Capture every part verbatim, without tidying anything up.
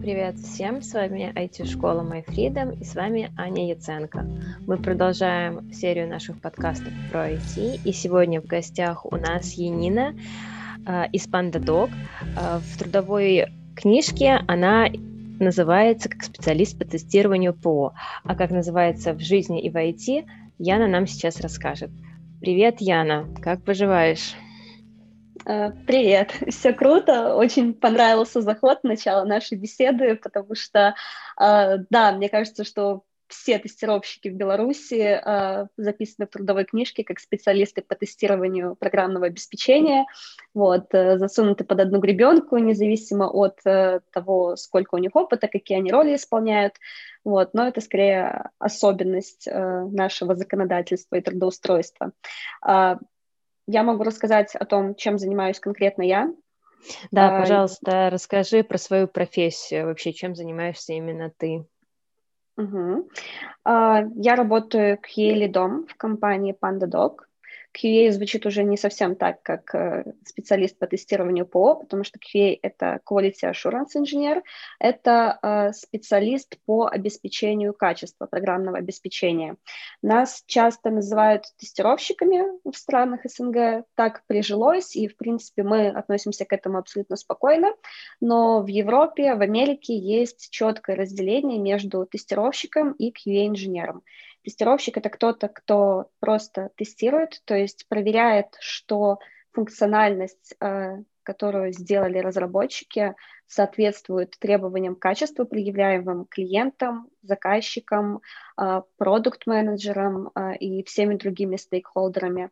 Привет всем, с вами ай ти-школа MyFreedom и с вами Аня Яценко. Мы продолжаем серию наших подкастов про ай ти, и сегодня в гостях у нас Янина э, из PandaDoc. Э, в трудовой книжке она называется как специалист по тестированию ПО, а как называется в жизни и в ай ти, Яна нам сейчас расскажет. Привет, Яна, как поживаешь? Привет, все круто, очень понравился заход, начало нашей беседы, потому что, да, мне кажется, что все тестировщики в Беларуси записаны в трудовой книжке как специалисты по тестированию программного обеспечения, вот, засунуты под одну гребенку, независимо от того, сколько у них опыта, какие они роли исполняют, вот, но это скорее особенность нашего законодательства и трудоустройства. Я могу рассказать о том, чем занимаюсь конкретно я. Да, а, пожалуйста, расскажи про свою профессию, вообще, чем занимаешься именно ты. Угу. А, я работаю кью эй-лидом в компании PandaDoc. кью эй звучит уже не совсем так, как э, специалист по тестированию ПО, потому что кью эй — это Quality Assurance Engineer, это э, специалист по обеспечению качества программного обеспечения. Нас часто называют тестировщиками в странах СНГ, так прижилось, и, в принципе, мы относимся к этому абсолютно спокойно, но в Европе, в Америке есть четкое разделение между тестировщиком и кью эй-инженером. Тестировщик — это кто-то, кто просто тестирует, то есть проверяет, что функциональность, которую сделали разработчики, соответствует требованиям качества, предъявляемым клиентам, заказчикам, продукт-менеджерам и всеми другими стейкхолдерами.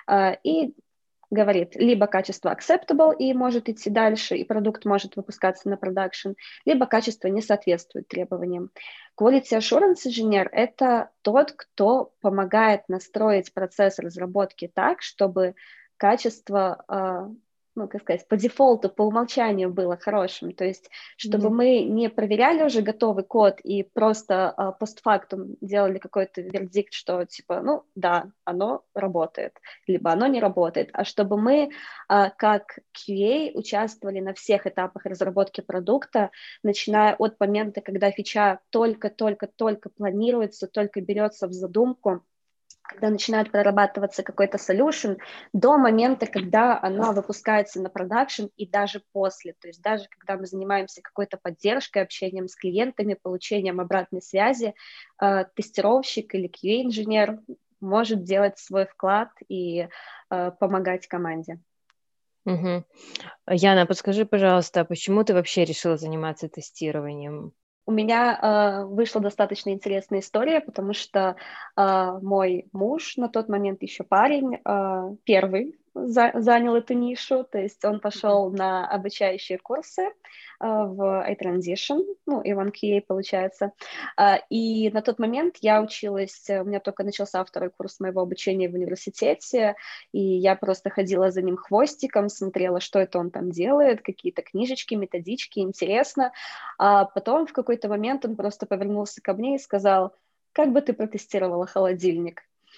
И говорит, либо качество acceptable и может идти дальше, и продукт может выпускаться на продакшн, либо качество не соответствует требованиям. Quality Assurance Engineer — это тот, кто помогает настроить процесс разработки так, чтобы качество, ну, как сказать, по дефолту, по умолчанию было хорошим, то есть чтобы mm-hmm. мы не проверяли уже готовый код и просто uh, постфактум делали какой-то вердикт, что типа, ну, да, оно работает, либо оно не работает, а чтобы мы, uh, как кью эй, участвовали на всех этапах разработки продукта, начиная от момента, когда фича только-только-только планируется, только берется в задумку, когда начинает прорабатываться какой-то solution, до момента, когда она выпускается на продакшн и даже после. То есть даже когда мы занимаемся какой-то поддержкой, общением с клиентами, получением обратной связи, э, тестировщик или кью эй-инженер может делать свой вклад и э, помогать команде. Угу. Яна, подскажи, пожалуйста, почему ты вообще решила заниматься тестированием? У меня э, вышла достаточно интересная история, потому что э, мой муж, на тот момент еще парень, э, первый за, занял эту нишу, то есть он пошел mm-hmm. на обучающие курсы э, в iTransition, ну, и в кью эй, получается, э, и на тот момент я училась, у меня только начался второй курс моего обучения в университете, и я просто ходила за ним хвостиком, смотрела, что это он там делает, какие-то книжечки, методички, интересно, а потом в какой-то момент он просто повернулся ко мне и сказал: как бы ты протестировала холодильник?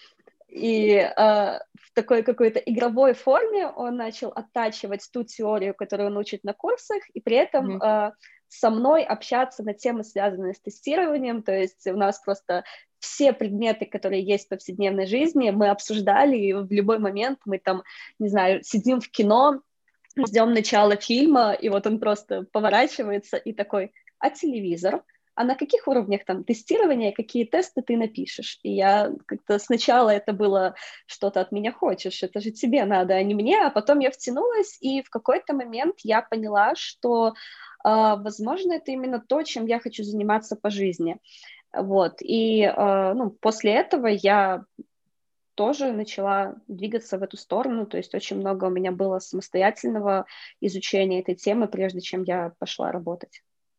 И э, в такой какой-то игровой форме он начал оттачивать ту теорию, которую он учит на курсах, и при этом mm-hmm. э, со мной общаться на темы, связанные с тестированием, то есть у нас просто все предметы, которые есть в повседневной жизни, мы обсуждали, и в любой момент мы там, не знаю, сидим в кино, ждем начала фильма, и вот он просто поворачивается и такой: а телевизор? А на каких уровнях там тестирования, какие тесты ты напишешь? И я как-то сначала это было: что-то от меня хочешь, это же тебе надо, а не мне, а потом я втянулась, и в какой-то момент я поняла, что, возможно, это именно то, чем я хочу заниматься по жизни. Вот, и ну, после этого я тоже начала двигаться в эту сторону, то есть очень много у меня было самостоятельного изучения этой темы, прежде чем я пошла работать.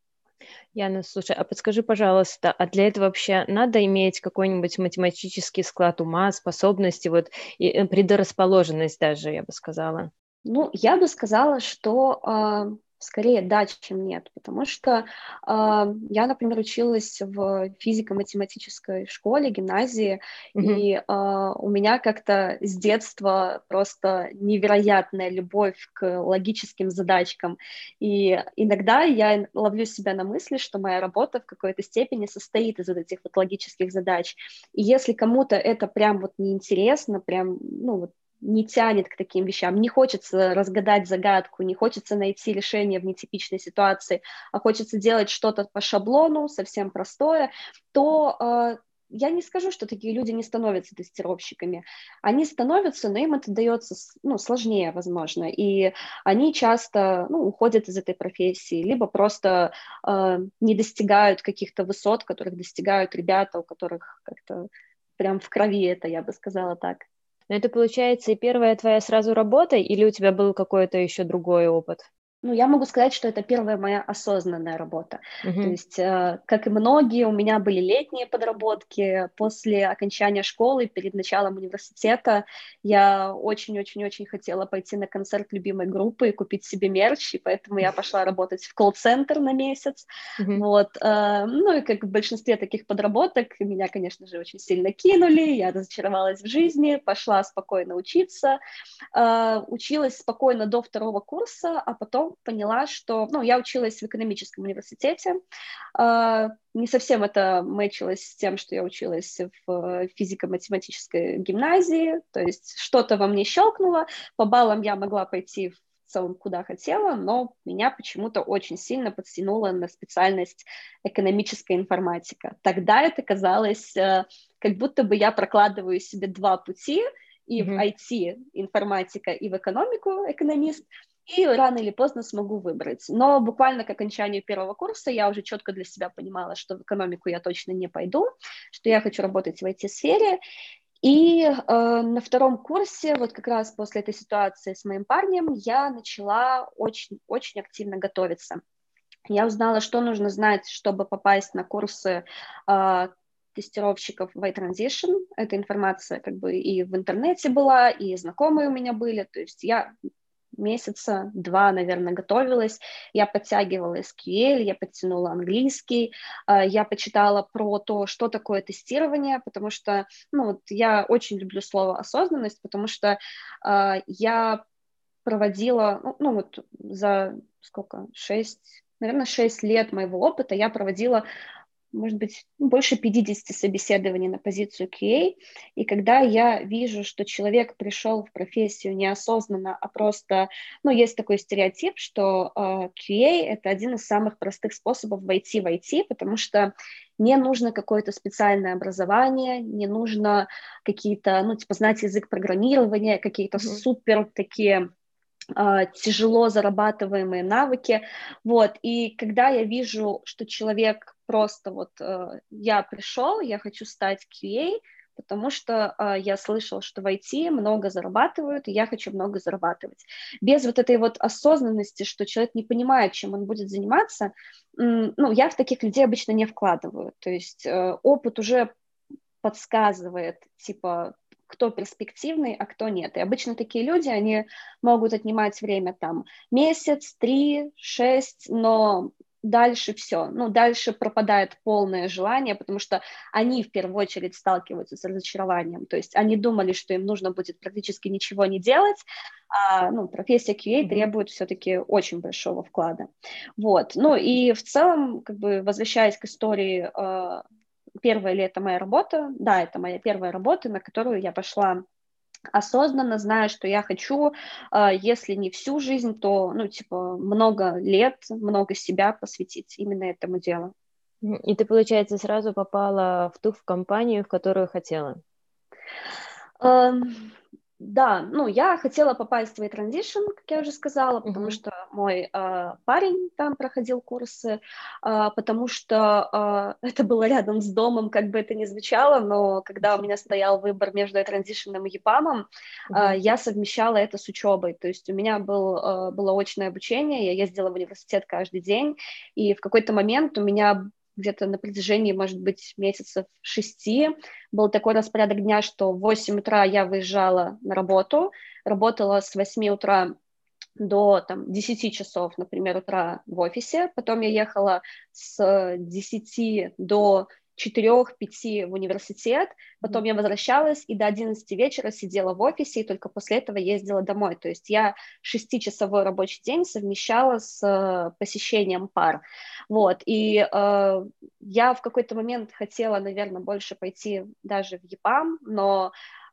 Яна, слушай, а подскажи, пожалуйста, а для этого вообще надо иметь какой-нибудь математический склад ума, способности, вот, и предрасположенность даже, я бы сказала? Ну, я бы сказала, что э, скорее да, чем нет, потому что э, я, например, училась в физико-математической школе, гимназии, Мгм. и э, у меня как-то с детства просто невероятная любовь к логическим задачкам, и иногда я ловлю себя на мысли, что моя работа в какой-то степени состоит из вот этих вот логических задач, и если кому-то это прям вот неинтересно, прям, ну, вот не тянет к таким вещам, не хочется разгадать загадку, не хочется найти решение в нетипичной ситуации, а хочется делать что-то по шаблону, совсем простое, то э, я не скажу, что такие люди не становятся тестировщиками. Они становятся, но им это дается, ну, сложнее, возможно, и они часто, ну, уходят из этой профессии, либо просто э, не достигают каких-то высот, которых достигают ребята, у которых как-то прям в крови это, я бы сказала так. Но это, получается, и первая твоя сразу работа, или у тебя был какой-то еще другой опыт? Ну, я могу сказать, что это первая моя осознанная работа. То Мгм. есть, э, как и многие, у меня были летние подработки. После окончания школы, перед началом университета, я очень-очень-очень хотела пойти на концерт любимой группы и купить себе мерч, и поэтому я пошла работать в колл-центр на месяц. Мгм. Вот. э, Ну, и как в большинстве таких подработок, меня, конечно же, очень сильно кинули, я разочаровалась в жизни, пошла спокойно учиться, э, училась спокойно до второго курса, а потом поняла, что, ну, я училась в экономическом университете, э, не совсем это мэчилось с тем, что я училась в физико-математической гимназии, то есть что-то во мне щелкнуло, по баллам я могла пойти в целом куда хотела, но меня почему-то очень сильно подтянуло на специальность экономическая информатика. Тогда это казалось, э, как будто бы я прокладываю себе два пути, и в Мгм. ай ти информатика, и в экономику экономист, и рано или поздно смогу выбрать. Но буквально к окончанию первого курса я уже четко для себя понимала, что в экономику я точно не пойду, что я хочу работать в ай ти-сфере. И э, на втором курсе, вот как раз после этой ситуации с моим парнем, я начала очень-очень активно готовиться. Я узнала, что нужно знать, чтобы попасть на курсы э, тестировщиков в iTransition. Эта информация как бы и в интернете была, и знакомые у меня были. То есть я месяца два, наверное, готовилась. Я подтягивала эс кью эль, я подтянула английский, э, я почитала про то, что такое тестирование, потому что, ну, вот я очень люблю слово осознанность, потому что э, я проводила, ну, ну вот за сколько, шесть, наверное, шесть лет моего опыта я проводила, может быть, ну, больше пятьдесят собеседований на позицию кью эй, и когда я вижу, что человек пришел в профессию неосознанно, а просто, ну, есть такой стереотип, что э, кью эй — это один из самых простых способов войти в ай ти, потому что не нужно какое-то специальное образование, не нужно какие-то, ну, типа, знать язык программирования, какие-то Мгм. супер такие тяжело зарабатываемые навыки, вот, и когда я вижу, что человек просто вот, э, я пришел, я хочу стать кью эй, потому что э, я слышал, что в ай ти много зарабатывают, и я хочу много зарабатывать. Без вот этой вот осознанности, что человек не понимает, чем он будет заниматься, м, ну, я в таких людей обычно не вкладываю, то есть э, опыт уже подсказывает, типа, кто перспективный, а кто нет. И обычно такие люди, они могут отнимать время там месяц, три, шесть, но дальше все. Ну, дальше пропадает полное желание, потому что они в первую очередь сталкиваются с разочарованием. То есть они думали, что им нужно будет практически ничего не делать, а, ну, профессия кью эй Мгм. требует все-таки очень большого вклада. Вот. Ну и в целом, как бы возвращаясь к истории, э, первое ли это моя работа? Да, это моя первая работа, на которую я пошла осознанно, зная, что я хочу, э, если не всю жизнь, то, ну, типа, много лет, много себя посвятить именно этому делу. Мгм. И ты, получается, сразу попала в ту в компанию, в которую хотела? Эм, Да, ну, я хотела попасть в iTransition, как я уже сказала, потому Мгм. что мой э, парень там проходил курсы, э, потому что э, это было рядом с домом, как бы это ни звучало, но когда у меня стоял выбор между iTransition и ЕПАМом, э, Мгм. я совмещала это с учебой, то есть у меня был, э, было очное обучение, я ездила в университет каждый день, и в какой-то момент у меня где-то на протяжении, может быть, месяцев шести был такой распорядок дня, что в восемь утра я выезжала на работу, работала с восьми утра до там, десяти часов, например, утра в офисе, потом я ехала с десяти до четырех-пяти в университет, потом я возвращалась и до одиннадцати вечера сидела в офисе, и только после этого ездила домой. То есть я шестичасовой рабочий день совмещала с посещением пар. Вот. И э, я в какой-то момент хотела, наверное, больше пойти даже в ЕПАМ, но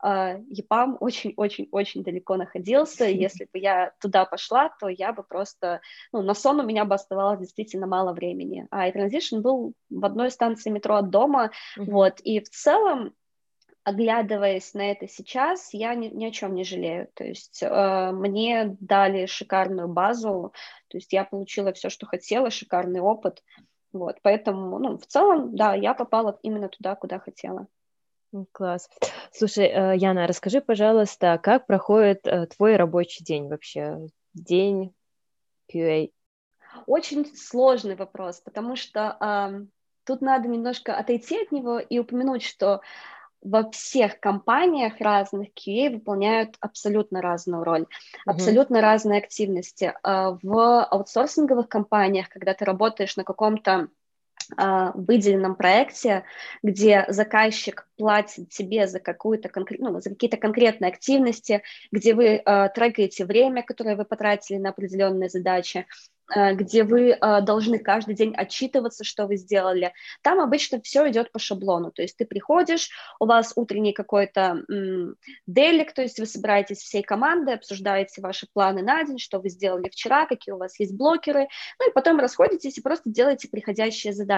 ЕПАМ очень-очень-очень далеко находился, и если бы я туда пошла, то я бы просто, ну, на сон у меня бы оставалось действительно мало времени, а iTransition был в одной станции метро от дома, mm-hmm. вот, и в целом, оглядываясь на это сейчас, я ни, ни о чем не жалею, то есть э, мне дали шикарную базу, то есть я получила все, что хотела, шикарный опыт, вот, поэтому, ну, в целом, да, я попала именно туда, куда хотела. Класс. Слушай, Яна, расскажи, пожалуйста, как проходит твой рабочий день вообще, день кью эй? Очень сложный вопрос, потому что э, тут надо немножко отойти от него и упомянуть, что во всех компаниях разных кью эй выполняют абсолютно разную роль, uh-huh. абсолютно разные активности. Э, в аутсорсинговых компаниях, когда ты работаешь на каком-то выделенном проекте, где заказчик платит тебе за какую-то конкрет... ну, за какие-то конкретные активности, где вы э, трекаете время, которое вы потратили на определенные задачи, э, где вы э, должны каждый день отчитываться, что вы сделали. Там обычно все идет по шаблону, то есть ты приходишь, у вас утренний какой-то м- делик, то есть вы собираетесь всей командой, обсуждаете ваши планы на день, что вы сделали вчера, какие у вас есть блокеры, ну и потом расходитесь и просто делаете приходящие задачи.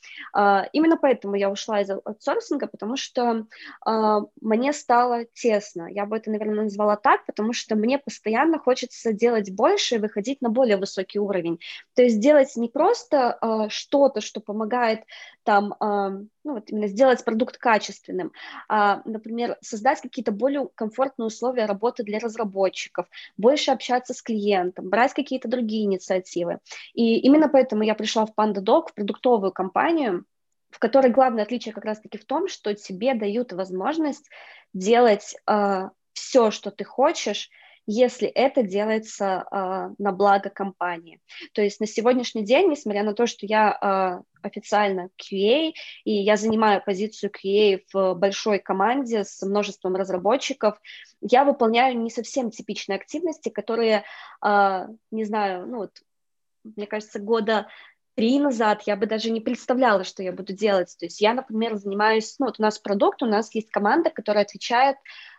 Uh, именно поэтому я ушла из аутсорсинга, потому что uh, мне стало тесно. Я бы это, наверное, назвала так, потому что мне постоянно хочется делать больше и выходить на более высокий уровень. То есть делать не просто uh, что-то, что помогает там, uh, ну, вот именно сделать продукт качественным, а, например, создать какие-то более комфортные условия работы для разработчиков, больше общаться с клиентом, брать какие-то другие инициативы. И именно поэтому я пришла в PandaDoc, в продуктовую компанию, в которой главное отличие как раз-таки в том, что тебе дают возможность делать э, все, что ты хочешь, если это делается э, на благо компании. То есть на сегодняшний день, несмотря на то, что я э, официально кью эй, и я занимаю позицию кью эй в большой команде с множеством разработчиков, я выполняю не совсем типичные активности, которые, э, не знаю, ну вот, мне кажется, года три назад я бы даже не представляла, что я буду делать. То есть я, например, занимаюсь, ну вот у нас продукт, у нас есть команда, которая отвечает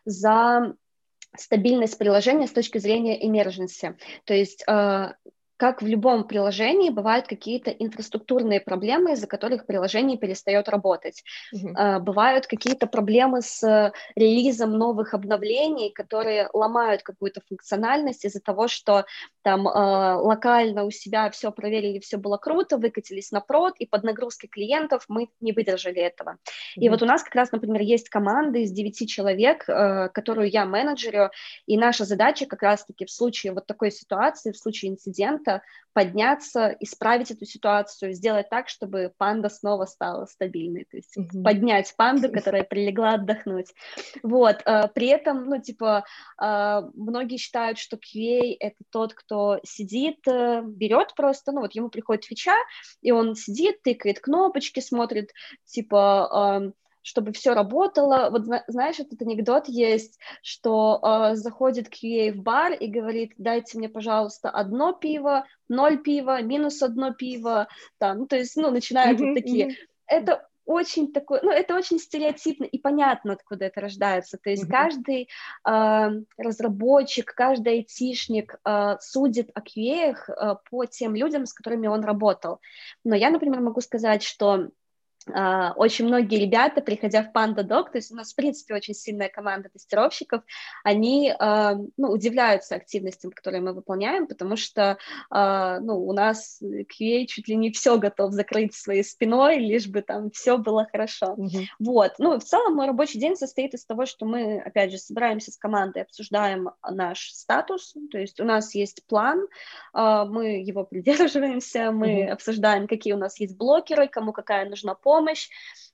за стабильность приложения с точки зрения emergency. То есть э, как в любом приложении бывают какие-то инфраструктурные проблемы, из-за которых приложение перестает работать. Uh-huh. Э, бывают какие-то проблемы с релизом новых обновлений, которые ломают какую-то функциональность из-за того, что там э, локально у себя все проверили, все было круто, выкатились на прод, и под нагрузкой клиентов мы не выдержали этого. Uh-huh. И вот у нас как раз, например, есть команда из девяти человек, э, которую я менеджерю, и наша задача как раз-таки в случае вот такой ситуации, в случае инцидента, подняться, исправить эту ситуацию, сделать так, чтобы панда снова стала стабильной, то есть mm-hmm. поднять панду, которая прилегла отдохнуть. Вот, при этом, ну, типа, многие считают, что кью эй — это тот, кто сидит, берет просто, ну, вот ему приходит фича, и он сидит, тыкает кнопочки, смотрит, типа, чтобы все работало. Вот знаешь, этот анекдот есть, что э, заходит кью эй в бар и говорит: дайте мне, пожалуйста, одно пиво, ноль пива, минус одно пиво, там, ну, то есть, ну, начинают mm-hmm, вот такие. Mm-hmm. Это очень такой, ну, это очень стереотипно и понятно, откуда это рождается. То есть mm-hmm. каждый э, разработчик, каждый айтишник э, судит о кью эй-ах э, по тем людям, с которыми он работал. Но я, например, могу сказать, что Uh, очень многие ребята, приходя в PandaDoc, то есть у нас, в принципе, очень сильная команда тестировщиков, они uh, ну, удивляются активностям, которые мы выполняем, потому что uh, ну, у нас кью эй чуть ли не все готов закрыть своей спиной, лишь бы там все было хорошо. Mm-hmm. Вот. Ну, в целом мой рабочий день состоит из того, что мы, опять же, собираемся с командой, обсуждаем наш статус, то есть у нас есть план, uh, мы его придерживаемся, мы mm-hmm. обсуждаем, какие у нас есть блокеры, кому какая нужна помощь, помощь,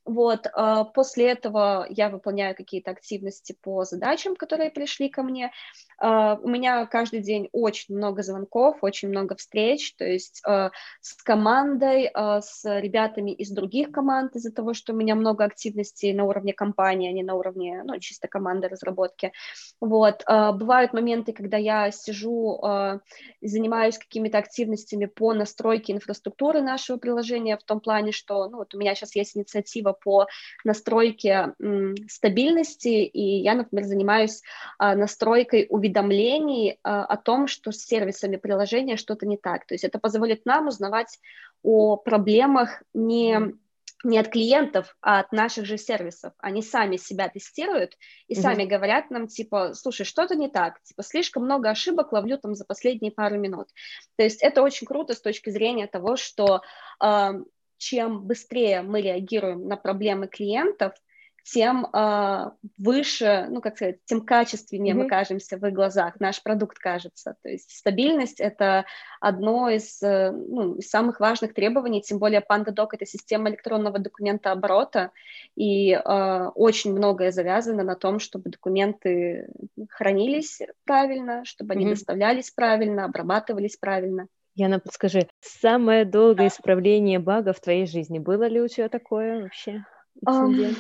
Вот, э, после этого я выполняю какие-то активности по задачам, которые пришли ко мне. Э, у меня каждый день очень много звонков, очень много встреч, то есть э, с командой, э, с ребятами из других команд из-за того, что у меня много активностей на уровне компании, а не на уровне, ну, чисто команды разработки. Вот, э, бывают моменты, когда я сижу э, и занимаюсь какими-то активностями по настройке инфраструктуры нашего приложения в том плане, что, ну, вот у меня сейчас есть инициатива по настройке м, стабильности, и я, например, занимаюсь а, настройкой уведомлений а, о том, что с сервисами приложения что-то не так. То есть это позволит нам узнавать о проблемах не, не от клиентов, а от наших же сервисов. Они сами себя тестируют и Мгм. сами говорят нам, типа, слушай, что-то не так, типа, слишком много ошибок ловлю там за последние пару минут. То есть это очень круто с точки зрения того, что а, чем быстрее мы реагируем на проблемы клиентов, тем э, выше, ну, как сказать, тем качественнее мы Мгм. кажемся в их глазах, наш продукт кажется. То есть стабильность — это одно из, э, ну, из самых важных требований, тем более PandaDoc — это система электронного документа оборота, и э, очень многое завязано на том, чтобы документы хранились правильно, чтобы они Мгм. доставлялись правильно, обрабатывались правильно. Яна, подскажи, самое долгое исправление бага в твоей жизни, было ли у тебя такое вообще Um, инцидент?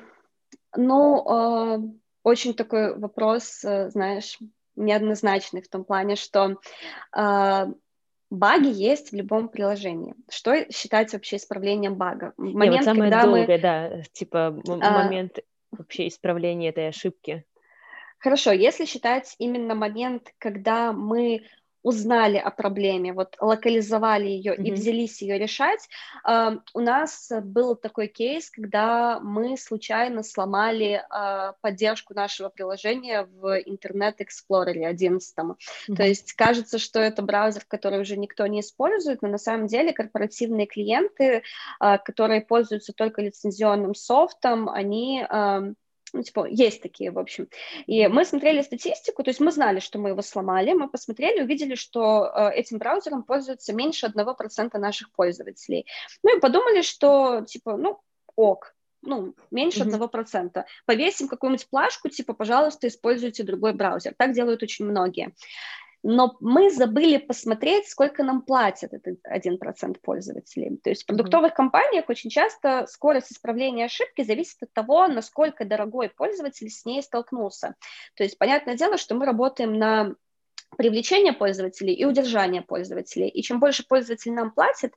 ну, э, очень такой вопрос, э, знаешь, неоднозначный в том плане, что э, баги есть в любом приложении. Что считается вообще исправлением бага? В Не, вот момент, самое когда мы... долгое, да, типа м- э, момент вообще исправления этой ошибки. Хорошо, если считать именно момент, когда мы узнали о проблеме, вот локализовали ее и Мгм. взялись ее решать, э, у нас был такой кейс, когда мы случайно сломали э, поддержку нашего приложения в Internet Explorer одиннадцать. То Мгм. есть кажется, что это браузер, который уже никто не использует, но на самом деле корпоративные клиенты, э, которые пользуются только лицензионным софтом, они... Э, ну, типа, есть такие, в общем. И Мгм. мы смотрели статистику, то есть мы знали, что мы его сломали, мы посмотрели, увидели, что э, этим браузером пользуется меньше одного процента наших пользователей. Ну и подумали, что, типа, ну, ок, ну, меньше Мгм. одного процента. Повесим какую-нибудь плашку, типа, пожалуйста, используйте другой браузер. Так делают очень многие. Но мы забыли посмотреть, сколько нам платят этот один процент пользователей. То есть в Мгм. продуктовых компаниях очень часто скорость исправления ошибки зависит от того, насколько дорогой пользователь с ней столкнулся. То есть понятное дело, что мы работаем на привлечение пользователей и удержание пользователей. И чем больше пользователей нам платят,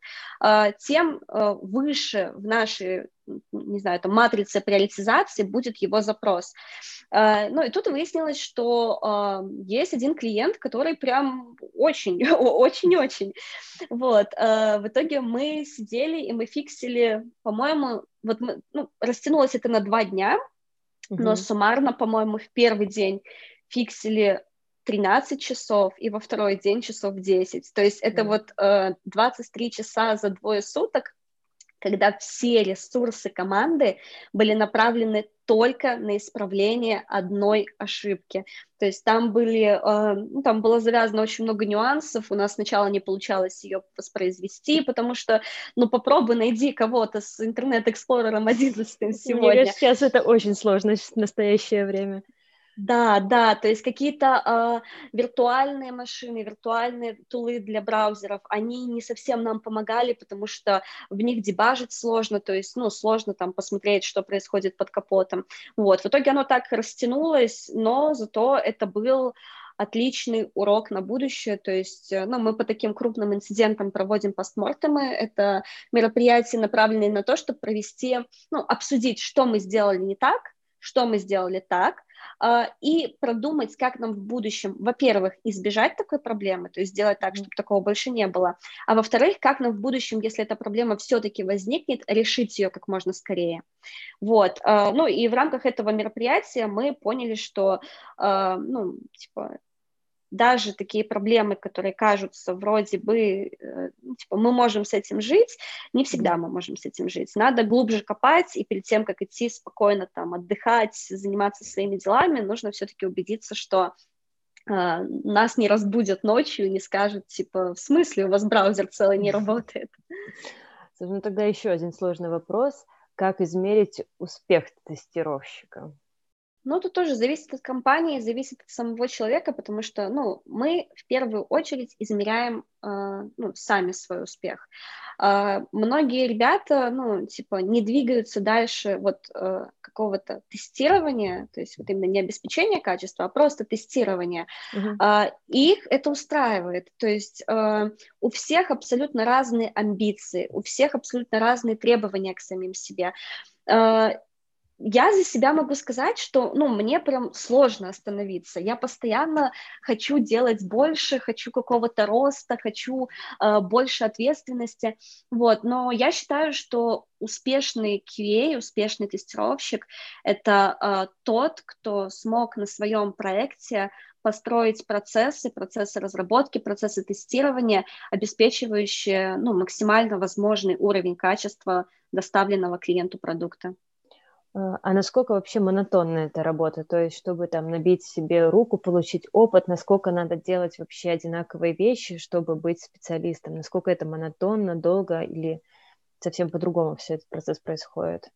тем выше в нашей, не знаю, там, матрице приоритизации будет его запрос. Ну и тут выяснилось, что есть один клиент, который прям очень, очень-очень. Вот. В итоге мы сидели и мы фиксили, по-моему, вот мы, ну, растянулось это на два дня, но Мгм. суммарно, по-моему, в первый день фиксили тринадцать часов, и во второй день часов десять. То есть это Да. вот э, двадцать три часа за двое суток, когда все ресурсы команды были направлены только на исправление одной ошибки. То есть там были, э, ну, там было завязано очень много нюансов, у нас сначала не получалось ее воспроизвести, потому что, ну, попробуй найди кого-то с Internet Explorer одиннадцать Мне сегодня. кажется, сейчас это очень сложно в настоящее время. Да, да, то есть какие-то э, виртуальные машины, виртуальные тулы для браузеров, они не совсем нам помогали, потому что в них дебажить сложно, то есть, ну, сложно там посмотреть, что происходит под капотом. Вот, в итоге оно так растянулось, но зато это был отличный урок на будущее, то есть, ну, мы по таким крупным инцидентам проводим постмортемы, это мероприятия, направленные на то, чтобы провести, ну, обсудить, что мы сделали не так, что мы сделали так, и продумать, как нам в будущем, во-первых, избежать такой проблемы, то есть сделать так, чтобы такого больше не было, а во-вторых, как нам в будущем, если эта проблема все-таки возникнет, решить ее как можно скорее. Вот, ну и в рамках этого мероприятия мы поняли, что, ну, типа, даже такие проблемы, которые кажутся вроде бы, ну, типа, мы можем с этим жить, не всегда мы можем с этим жить. Надо глубже копать, и перед тем, как идти спокойно там отдыхать, заниматься своими делами, нужно все-таки убедиться, что э, нас не разбудят ночью и не скажут, типа, в смысле у вас браузер целый не работает? Ну тогда еще один сложный вопрос. как измерить успех тестировщика? Ну, это тоже зависит от компании, зависит от самого человека, потому что, ну, мы в первую очередь измеряем, э, ну, сами свой успех. Э, многие ребята, ну, типа, не двигаются дальше вот э, какого-то тестирования, то есть вот именно не обеспечения качества, а просто тестирования. Мгм. Э, их это устраивает, то есть э, у всех абсолютно разные амбиции, у всех абсолютно разные требования к самим себе. Э, Я за себя могу сказать, что, ну, мне прям сложно остановиться. Я постоянно хочу делать больше, хочу какого-то роста, хочу э, больше ответственности, вот. Но я считаю, что успешный кью эй, успешный тестировщик — это э, тот, кто смог на своем проекте построить процессы, процессы разработки, процессы тестирования, обеспечивающие, ну, максимально возможный уровень качества доставленного клиенту продукта. А а насколько вообще монотонна эта работа? То есть, чтобы там набить себе руку, получить опыт, насколько надо делать вообще одинаковые вещи, чтобы быть специалистом? Насколько это монотонно, долго или совсем по-другому все этот процесс происходит?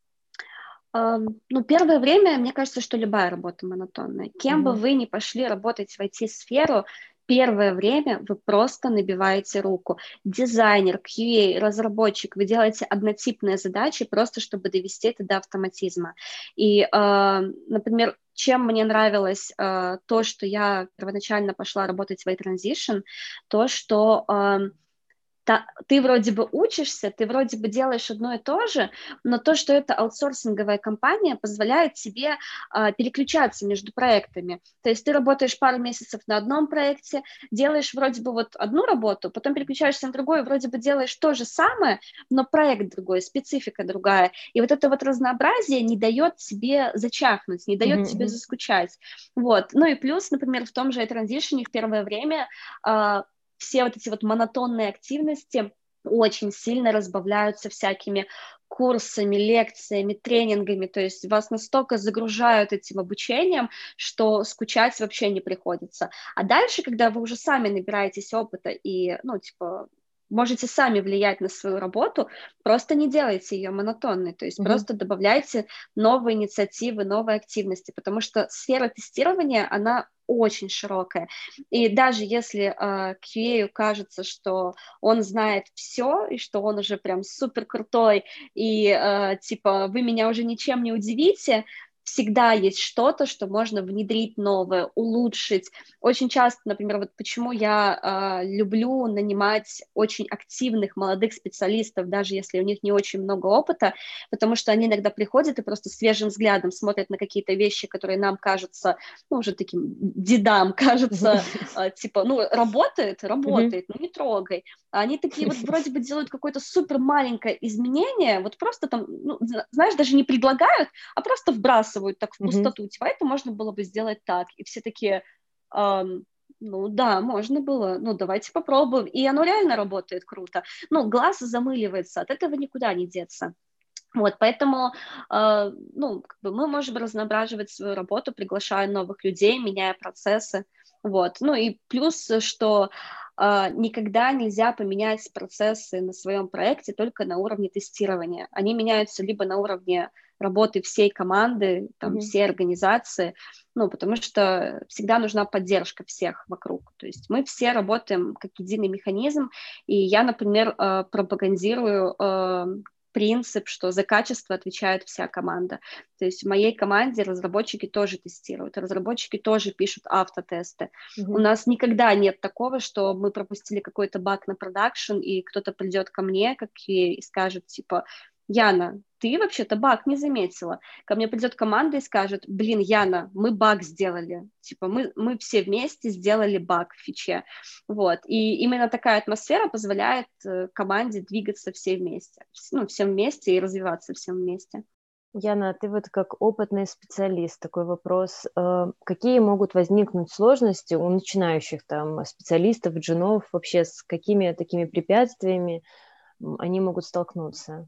Ам, Ну, первое время, мне кажется, что любая работа монотонная. Кем бы Мгм. вы ни пошли работать в ай ти-сферу, первое время вы просто набиваете руку. Дизайнер, кью эй, разработчик, вы делаете однотипные задачи просто, чтобы довести это до автоматизма. И, а, например, чем мне нравилось а, то, что я первоначально пошла работать в iTransition, то, что ам, та- ты вроде бы учишься, ты вроде бы делаешь одно и то же, но то, что это аутсорсинговая компания, позволяет тебе а, переключаться между проектами. То есть ты работаешь пару месяцев на одном проекте, делаешь вроде бы вот одну работу, потом переключаешься на другую, вроде бы делаешь то же самое, но проект другой, специфика другая. И вот это вот разнообразие не дает тебе зачахнуть, не Мгм, дает тебе мгм. заскучать. Вот. Ну и плюс, например, в том же iTransition в первое время а, все вот эти вот монотонные активности очень сильно разбавляются всякими курсами, лекциями, тренингами, то есть вас настолько загружают этим обучением, что скучать вообще не приходится. А дальше, когда вы уже сами набираетесь опыта и, ну, типа, можете сами влиять на свою работу, просто не делайте ее монотонной, то есть Мгм. просто добавляйте новые инициативы, новые активности, потому что сфера тестирования, она очень широкая. И даже если э, кью эй кажется, что он знает все, и что он уже прям супер крутой, и э, типа вы меня уже ничем не удивите, всегда есть что-то, что можно внедрить новое, улучшить. Очень часто, например, вот почему я э, люблю нанимать очень активных молодых специалистов, даже если у них не очень много опыта, потому что они иногда приходят и просто свежим взглядом смотрят на какие-то вещи, которые нам кажутся, ну, уже таким дедам, кажется, э, типа, ну, работает, Мгм. работает, ну, не трогай. А они такие вот вроде бы делают какое-то супер маленькое изменение, вот просто там, ну, знаешь, даже не предлагают, а просто вбрасывают так в Мгм. пустоту, типа, это можно было бы сделать так. И все такие, «Ам, ну да, можно было, ну давайте попробуем». И оно реально работает круто. Ну, глаз замыливается, от этого никуда не деться. Вот, поэтому, э, ну, как бы мы можем разноображивать свою работу, приглашая новых людей, меняя процессы, вот. Ну и плюс, что э, никогда нельзя поменять процессы на своем проекте только на уровне тестирования. Они меняются либо на уровне работы всей команды, там, Мгм. всей организации, ну, потому что всегда нужна поддержка всех вокруг. То есть мы все работаем как единый механизм, и я, например, э, пропагандирую э, принцип, что за качество отвечает вся команда. То есть в моей команде разработчики тоже тестируют, разработчики тоже пишут автотесты. У Мгм. нас никогда нет такого, что мы пропустили какой-то баг на продакшн, и кто-то придет ко мне, как и, и скажет, типа, Яна, ты вообще-то баг не заметила. Ко мне придет команда и скажет, блин, Яна, мы баг сделали. Типа, мы, мы все вместе сделали баг в фиче. Вот. И именно такая атмосфера позволяет э, команде двигаться все вместе. Ну, всем вместе и развиваться всем вместе. Яна, а ты вот как опытный специалист, такой вопрос, э, какие могут возникнуть сложности у начинающих там специалистов, джунов, вообще с какими такими препятствиями м, они могут столкнуться?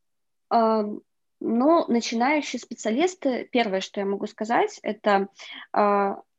А, Ну, начинающие специалисты, первое, что я могу сказать, это а,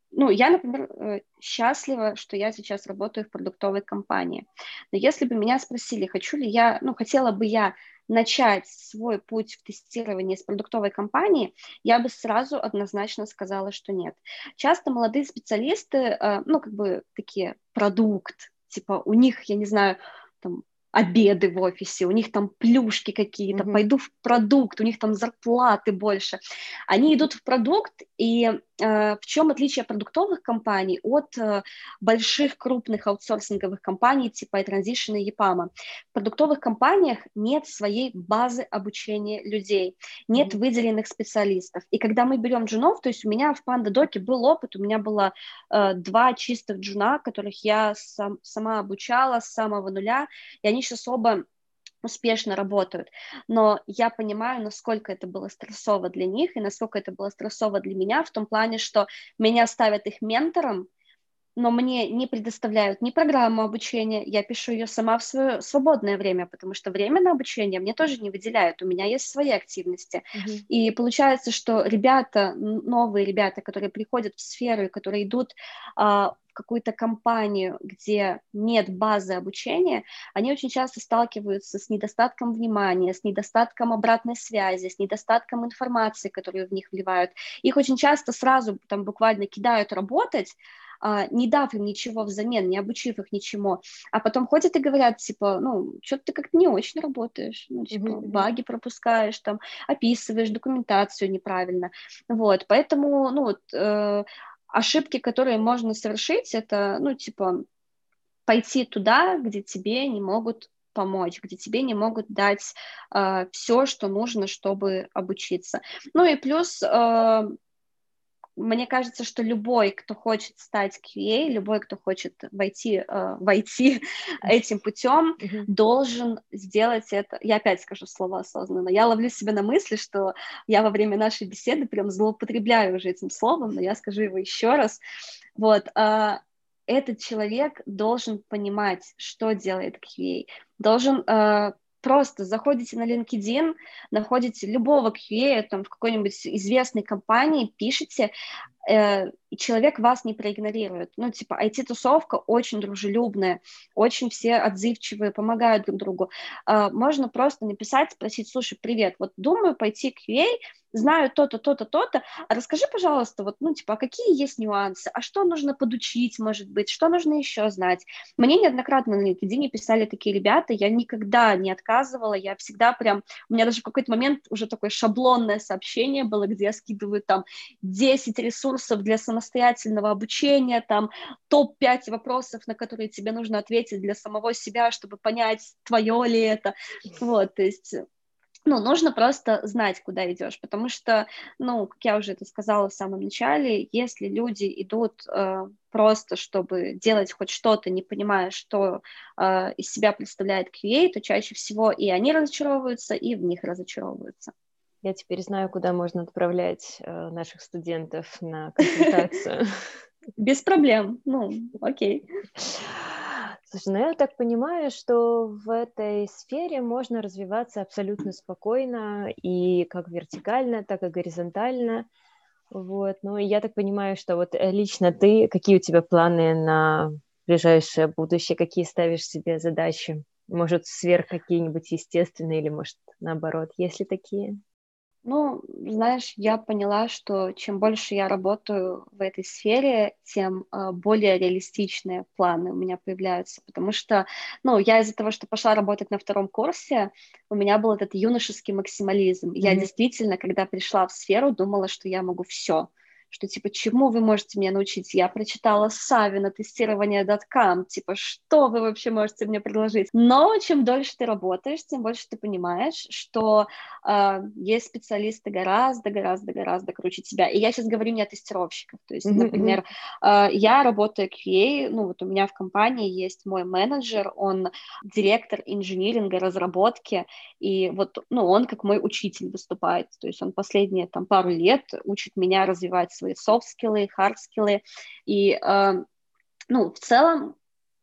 ну, я, например, э, счастлива, что я сейчас работаю в продуктовой компании. Но если бы меня спросили, хочу ли я, ну, хотела бы я начать свой путь в тестировании с продуктовой компании, я бы сразу однозначно сказала, что нет. Часто молодые специалисты, э, ну, как бы такие продукт, типа у них, я не знаю, там, обеды в офисе, у них там плюшки какие-то, Мгм. пойду в продукт, у них там зарплаты больше. Они идут в продукт, и э, в чем отличие продуктовых компаний от э, больших крупных аутсорсинговых компаний типа iTransition и EPAM? В продуктовых компаниях нет своей базы обучения людей, нет Мгм. выделенных специалистов. И когда мы берем джунов, то есть у меня в PandaDoc был опыт, у меня было э, два чистых джуна, которых я сам, сама обучала с самого нуля, и они сейчас оба успешно работают, но я понимаю, насколько это было стрессово для них и насколько это было стрессово для меня в том плане, что меня ставят их ментором, но мне не предоставляют ни программу обучения, я пишу ее сама в свое свободное время, потому что время на обучение мне тоже не выделяют, у меня есть свои активности. Мгм. И получается, что ребята, новые ребята, которые приходят в сферу, которые идут а, в какую-то компанию, где нет базы обучения, они очень часто сталкиваются с недостатком внимания, с недостатком обратной связи, с недостатком информации, которую в них вливают. Их очень часто сразу там буквально кидают работать, а, не дав им ничего взамен, не обучив их ничему, а потом ходят и говорят, типа, ну, что-то ты как-то не очень работаешь, ну, Мгм. типа, Мгм. баги пропускаешь, там, описываешь документацию неправильно, вот, поэтому, ну, вот, э, ошибки, которые можно совершить, это, ну, типа, пойти туда, где тебе не могут помочь, где тебе не могут дать э, все, что нужно, чтобы обучиться. Ну и плюс э, мне кажется, что любой, кто хочет стать кью эй, любой, кто хочет войти, э, войти этим путем, Мгм. должен сделать это. Я опять скажу слово осознанно. Я ловлю себя на мысли, что я во время нашей беседы прям злоупотребляю уже этим словом, но я скажу его еще раз. Вот. Э, этот человек должен понимать, что делает кью эй, должен э, просто заходите на LinkedIn, находите любого кью эй там, в какой-нибудь известной компании, пишите, э, и человек вас не проигнорирует. Ну, типа, ай ти-тусовка очень дружелюбная, очень все отзывчивые, помогают друг другу. Э, можно просто написать, спросить, слушай, привет, вот думаю пойти к кью эй, знаю то-то, то-то, то-то, а расскажи, пожалуйста, вот, ну, типа, а какие есть нюансы, а что нужно подучить, может быть, что нужно еще знать? Мне неоднократно на LinkedIn писали такие ребята, я никогда не отказывала, я всегда прям, у меня даже в какой-то момент уже такое шаблонное сообщение было, где я скидываю там десять ресурсов для самостоятельного обучения, там топ пять вопросов, на которые тебе нужно ответить для самого себя, чтобы понять, твое ли это, вот, то есть... Ну, нужно просто знать, куда идешь, потому что, ну, как я уже это сказала в самом начале, если люди идут э, просто, чтобы делать хоть что-то, не понимая, что э, из себя представляет кью эй, то чаще всего и они разочаровываются, и в них разочаровываются. Я теперь знаю, куда можно отправлять э, наших студентов на консультацию. Без проблем, ну, окей. Слушай, ну я так понимаю, что в этой сфере можно развиваться абсолютно спокойно и как вертикально, так и горизонтально. Вот. Ну, и я так понимаю, что вот э, лично ты, какие у тебя планы на ближайшее будущее, какие ставишь себе задачи? Может, сверх какие-нибудь естественные или, может, наоборот, есть ли такие? Ну, знаешь, я поняла, что чем больше я работаю в этой сфере, тем э, более реалистичные планы у меня появляются, потому что, ну, я из-за того, что пошла работать на втором курсе, у меня был этот юношеский максимализм. Я Мгм. действительно, когда пришла в сферу, думала, что я могу все, что, типа, чему вы можете меня научить? Я прочитала Савина, тестирование точка ком, типа, что вы вообще можете мне предложить? Но чем дольше ты работаешь, тем больше ты понимаешь, что Uh, есть специалисты гораздо, гораздо, гораздо круче тебя. И я сейчас говорю не о тестировщиках. То есть, Мгм, мгм, например, uh, я работаю кью эй, ну вот у меня в компании есть мой менеджер, он директор инжиниринга, разработки, и вот, ну, он как мой учитель выступает. То есть он последние там пару лет учит меня развивать свои софт-скиллы, хард-скиллы. И, uh, ну, в целом,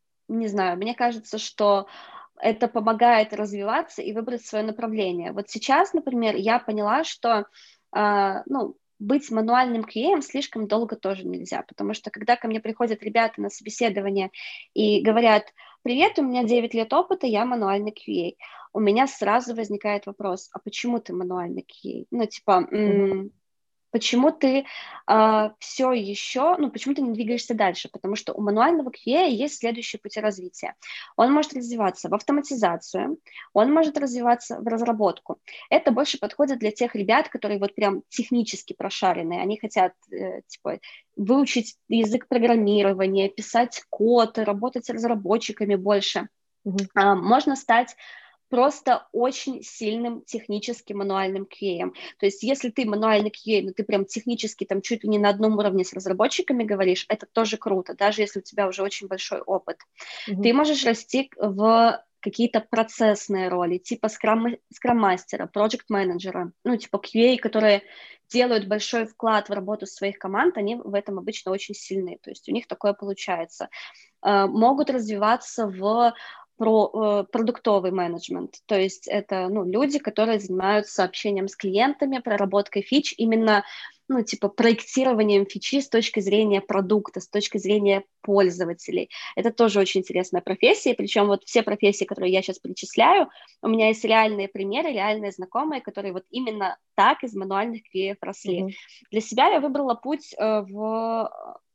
не знаю, мне кажется, что это помогает развиваться и выбрать свое направление. Вот сейчас, например, я поняла, что, э, ну, быть мануальным кью эй слишком долго тоже нельзя, потому что когда ко мне приходят ребята на собеседование и говорят: «Привет, у меня девять лет опыта, я мануальный кью эй», у меня сразу возникает вопрос: а почему ты мануальный кью эй? Ну, типа, м- почему ты э, все еще, ну, почему ты не двигаешься дальше? Потому что у мануального кью эй есть следующие пути развития. Он может развиваться в автоматизацию, он может развиваться в разработку. Это больше подходит для тех ребят, которые вот прям технически прошаренные. Они хотят, э, типа, выучить язык программирования, писать код, работать с разработчиками больше. Mm-hmm. Э, можно стать просто очень сильным технически мануальным кью эй. То есть если ты мануальный кью эй, но ты прям технически там чуть ли не на одном уровне с разработчиками говоришь, это тоже круто, даже если у тебя уже очень большой опыт. Mm-hmm. Ты можешь расти в какие-то процессные роли, типа скрам-мастера, проект-менеджера, ну, типа кью эй, которые делают большой вклад в работу своих команд, они в этом обычно очень сильны, то есть у них такое получается. Могут развиваться в про э, продуктовый менеджмент, то есть это, ну, люди, которые занимаются общением с клиентами, проработкой фич, именно, ну, типа проектированием фичи с точки зрения продукта, с точки зрения пользователей. Это тоже очень интересная профессия, причем вот все профессии, которые я сейчас перечисляю, у меня есть реальные примеры, реальные знакомые, которые вот именно так из мануальных кью эй росли. Mm-hmm. Для себя я выбрала путь э, в...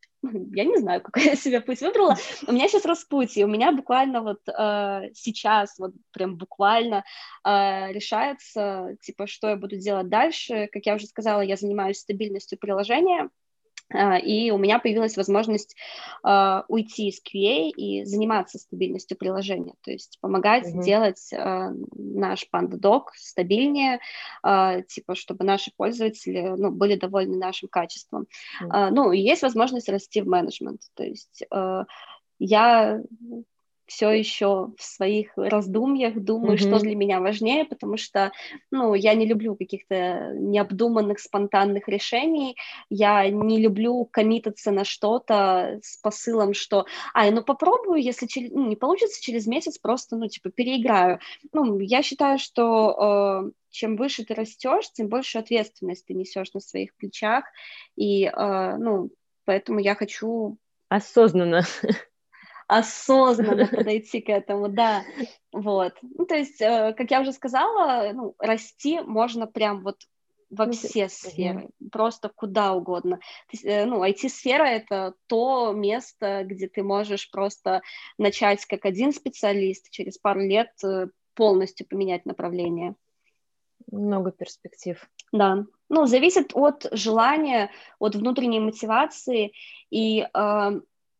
Я не знаю, какой я себе путь выбрала. У меня сейчас распутье. У меня буквально вот э, сейчас, вот прям буквально э, решается, типа, что я буду делать дальше. Как я уже сказала, я занимаюсь стабильностью приложения, э, и у меня появилась возможность э, уйти из кью эй и заниматься стабильностью приложения, то есть помогать mm-hmm. делать э, наш PandaDoc стабильнее, э, типа, чтобы наши пользователи, ну, были довольны нашим качеством. Mm-hmm. Э, ну, и есть возможность расти в менеджмент, то есть э, я все еще в своих раздумьях думаю, mm-hmm. что для меня важнее, потому что, ну, я не люблю каких-то необдуманных, спонтанных решений, я не люблю коммитаться на что-то с посылом, что, ай, ну, попробую, если через, ну, не получится через месяц, просто, ну, типа, переиграю. Ну, я считаю, что э, чем выше ты растешь, тем больше ответственность ты несешь на своих плечах, и, э, ну, поэтому я хочу... Осознанно. осознанно подойти к этому, да, вот. Ну, то есть, э, как я уже сказала, ну, расти можно прям вот во все сферы, mm-hmm. просто куда угодно. То есть, э, ну, ай ти-сфера — это то место, где ты можешь просто начать как один специалист, через пару лет полностью поменять направление. Много перспектив. Да, ну, зависит от желания, от внутренней мотивации, и э,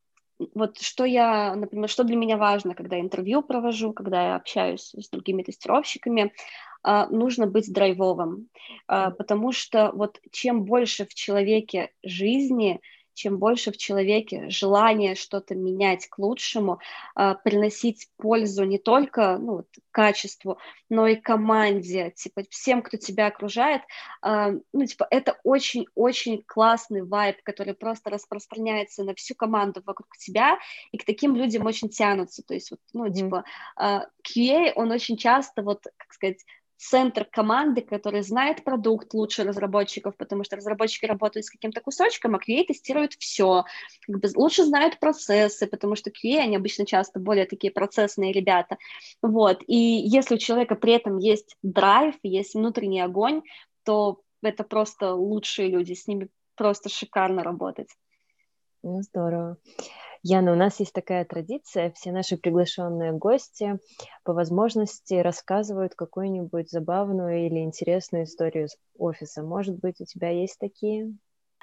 вот что я, например, что для меня важно, когда интервью провожу, когда я общаюсь с другими тестировщиками, э, нужно быть драйвовым, э, потому что вот чем больше в человеке жизни, чем больше в человеке желания что-то менять к лучшему, э, приносить пользу не только, ну, вот, качеству, но и команде, типа, всем, кто тебя окружает, э, ну, типа, это очень-очень классный вайб, который просто распространяется на всю команду вокруг тебя, и к таким людям очень тянутся, то есть, вот, ну, mm-hmm. типа, э, кью эй, он очень часто, вот, как сказать, центр команды, который знает продукт лучше разработчиков, потому что разработчики работают с каким-то кусочком, а кью эй тестирует все, как бы лучше знают процессы, потому что кью эй, они обычно часто более такие процессные ребята, вот, и если у человека при этом есть драйв, есть внутренний огонь, то это просто лучшие люди, с ними просто шикарно работать. Ну, здорово. Яна, у нас есть такая традиция, все наши приглашенные гости по возможности рассказывают какую-нибудь забавную или интересную историю с офиса. Может быть, у тебя есть такие?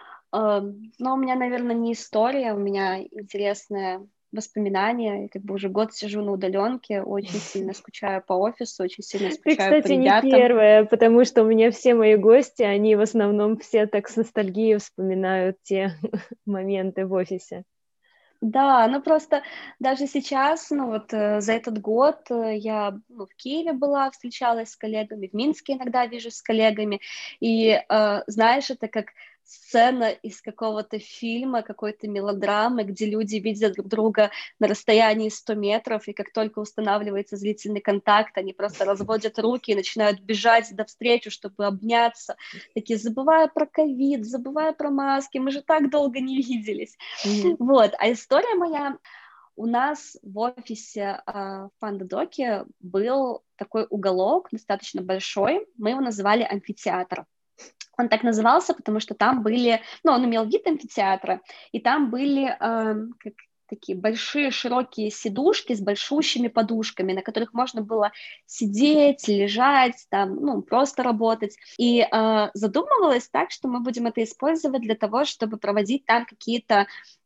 Uh, ну, у меня, наверное, не история, у меня интересное воспоминания. Я как бы уже год сижу на удаленке, очень сильно скучаю по офису, очень сильно скучаю Ты, кстати, по ребятам. не первая, потому что у меня все мои гости, они в основном все так с ностальгией вспоминают те моменты в офисе. Да, ну просто даже сейчас, ну вот э, за этот год э, я ну, в Киеве была, встречалась с коллегами, в Минске иногда вижусь с коллегами, и э, знаешь, это как сцена из какого-то фильма, какой-то мелодрамы, где люди видят друг друга на расстоянии сто метров, и как только устанавливается зрительный контакт, они просто разводят руки и начинают бежать навстречу, чтобы обняться, такие, забывая про ковид, забывая про маски, мы же так долго не виделись. Mm-hmm. Вот, а история моя... У нас в офисе э, в PandaDoc был такой уголок, достаточно большой, мы его называли амфитеатр. Он так назывался, потому что там были, ну, он имел вид амфитеатра, и там были э, как, такие большие широкие сидушки с большущими подушками, на которых можно было сидеть, лежать, там, ну, просто работать. И э, задумывалось так, что мы будем это использовать для того, чтобы проводить там какие-то,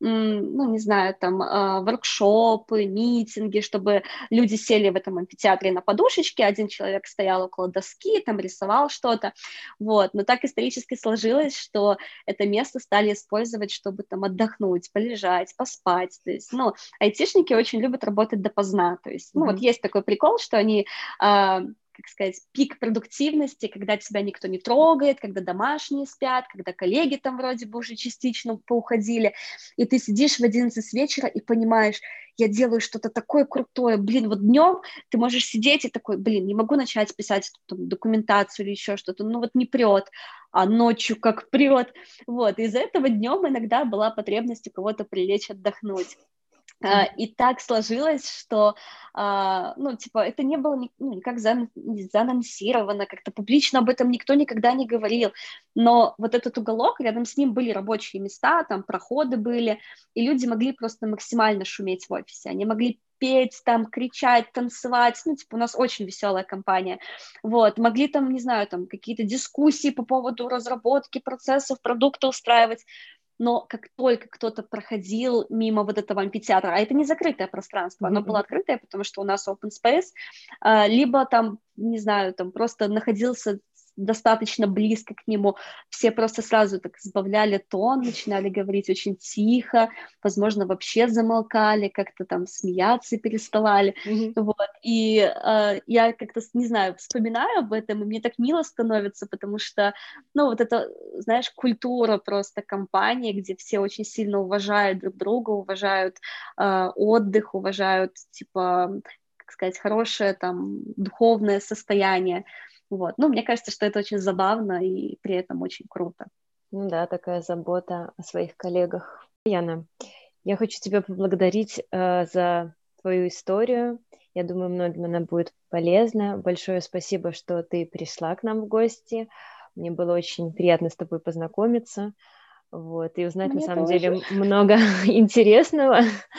м, ну, не знаю, там, э, воркшопы, митинги, чтобы люди сели в этом амфитеатре на подушечке, один человек стоял около доски, там рисовал что-то, вот. Но так исторически сложилось, что это место стали использовать, чтобы там отдохнуть, полежать, поспать. То есть, ну, айтишники очень любят работать допоздна. То есть, ну, mm-hmm. вот есть такой прикол, что они, э, как сказать, пик продуктивности, когда тебя никто не трогает, когда домашние спят, когда коллеги там вроде бы уже частично поуходили, и ты сидишь в одиннадцать вечера и понимаешь, я делаю что-то такое крутое, блин, вот днем ты можешь сидеть и такой, блин, не могу начать писать там, документацию или еще что-то, ну вот не прет, а ночью как прет, вот, из-за этого днем иногда была потребность у кого-то прилечь отдохнуть. Uh, и так сложилось, что, uh, ну, типа, это не было ни, ну, никак за, заанонсировано, как-то публично об этом никто никогда не говорил, но вот этот уголок, рядом с ним были рабочие места, там проходы были, и люди могли просто максимально шуметь в офисе, они могли петь, там, кричать, танцевать, ну, типа, у нас очень веселая компания, вот, могли там, не знаю, там, какие-то дискуссии по поводу разработки процессов, продукта устраивать, но как только кто-то проходил мимо вот этого амфитеатра, а это не закрытое пространство, оно mm-hmm. было открытое, потому что у нас open space, либо там, не знаю, там просто находился достаточно близко к нему, все просто сразу так сбавляли тон, начинали говорить очень тихо, возможно, вообще замолкали, как-то там смеяться переставали, mm-hmm. вот, и э, я как-то, не знаю, вспоминаю об этом, и мне так мило становится, потому что, ну, вот это, знаешь, культура просто компании, где все очень сильно уважают друг друга, уважают э, отдых, уважают, типа, как сказать, хорошее там духовное состояние. Вот. Ну, мне кажется, что это очень забавно и при этом очень круто. Ну да, такая забота о своих коллегах. Яна, я хочу тебя поблагодарить э, за твою историю. Я думаю, многим она будет полезна. Большое спасибо, что ты пришла к нам в гости. Мне было очень приятно с тобой познакомиться. Вот, и узнать, Мне на самом тоже. деле, много интересного.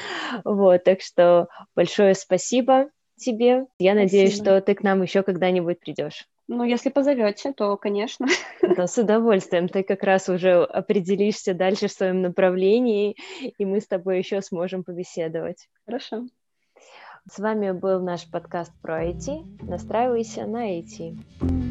Вот, так что большое спасибо тебе. Я спасибо. Надеюсь, что ты к нам еще когда-нибудь придешь. Ну, если позовете, то, конечно. Да, с удовольствием. Ты как раз уже определишься дальше в своем направлении, и мы с тобой еще сможем побеседовать. Хорошо. С вами был наш подкаст про ай ти. Настраивайся на ай ти.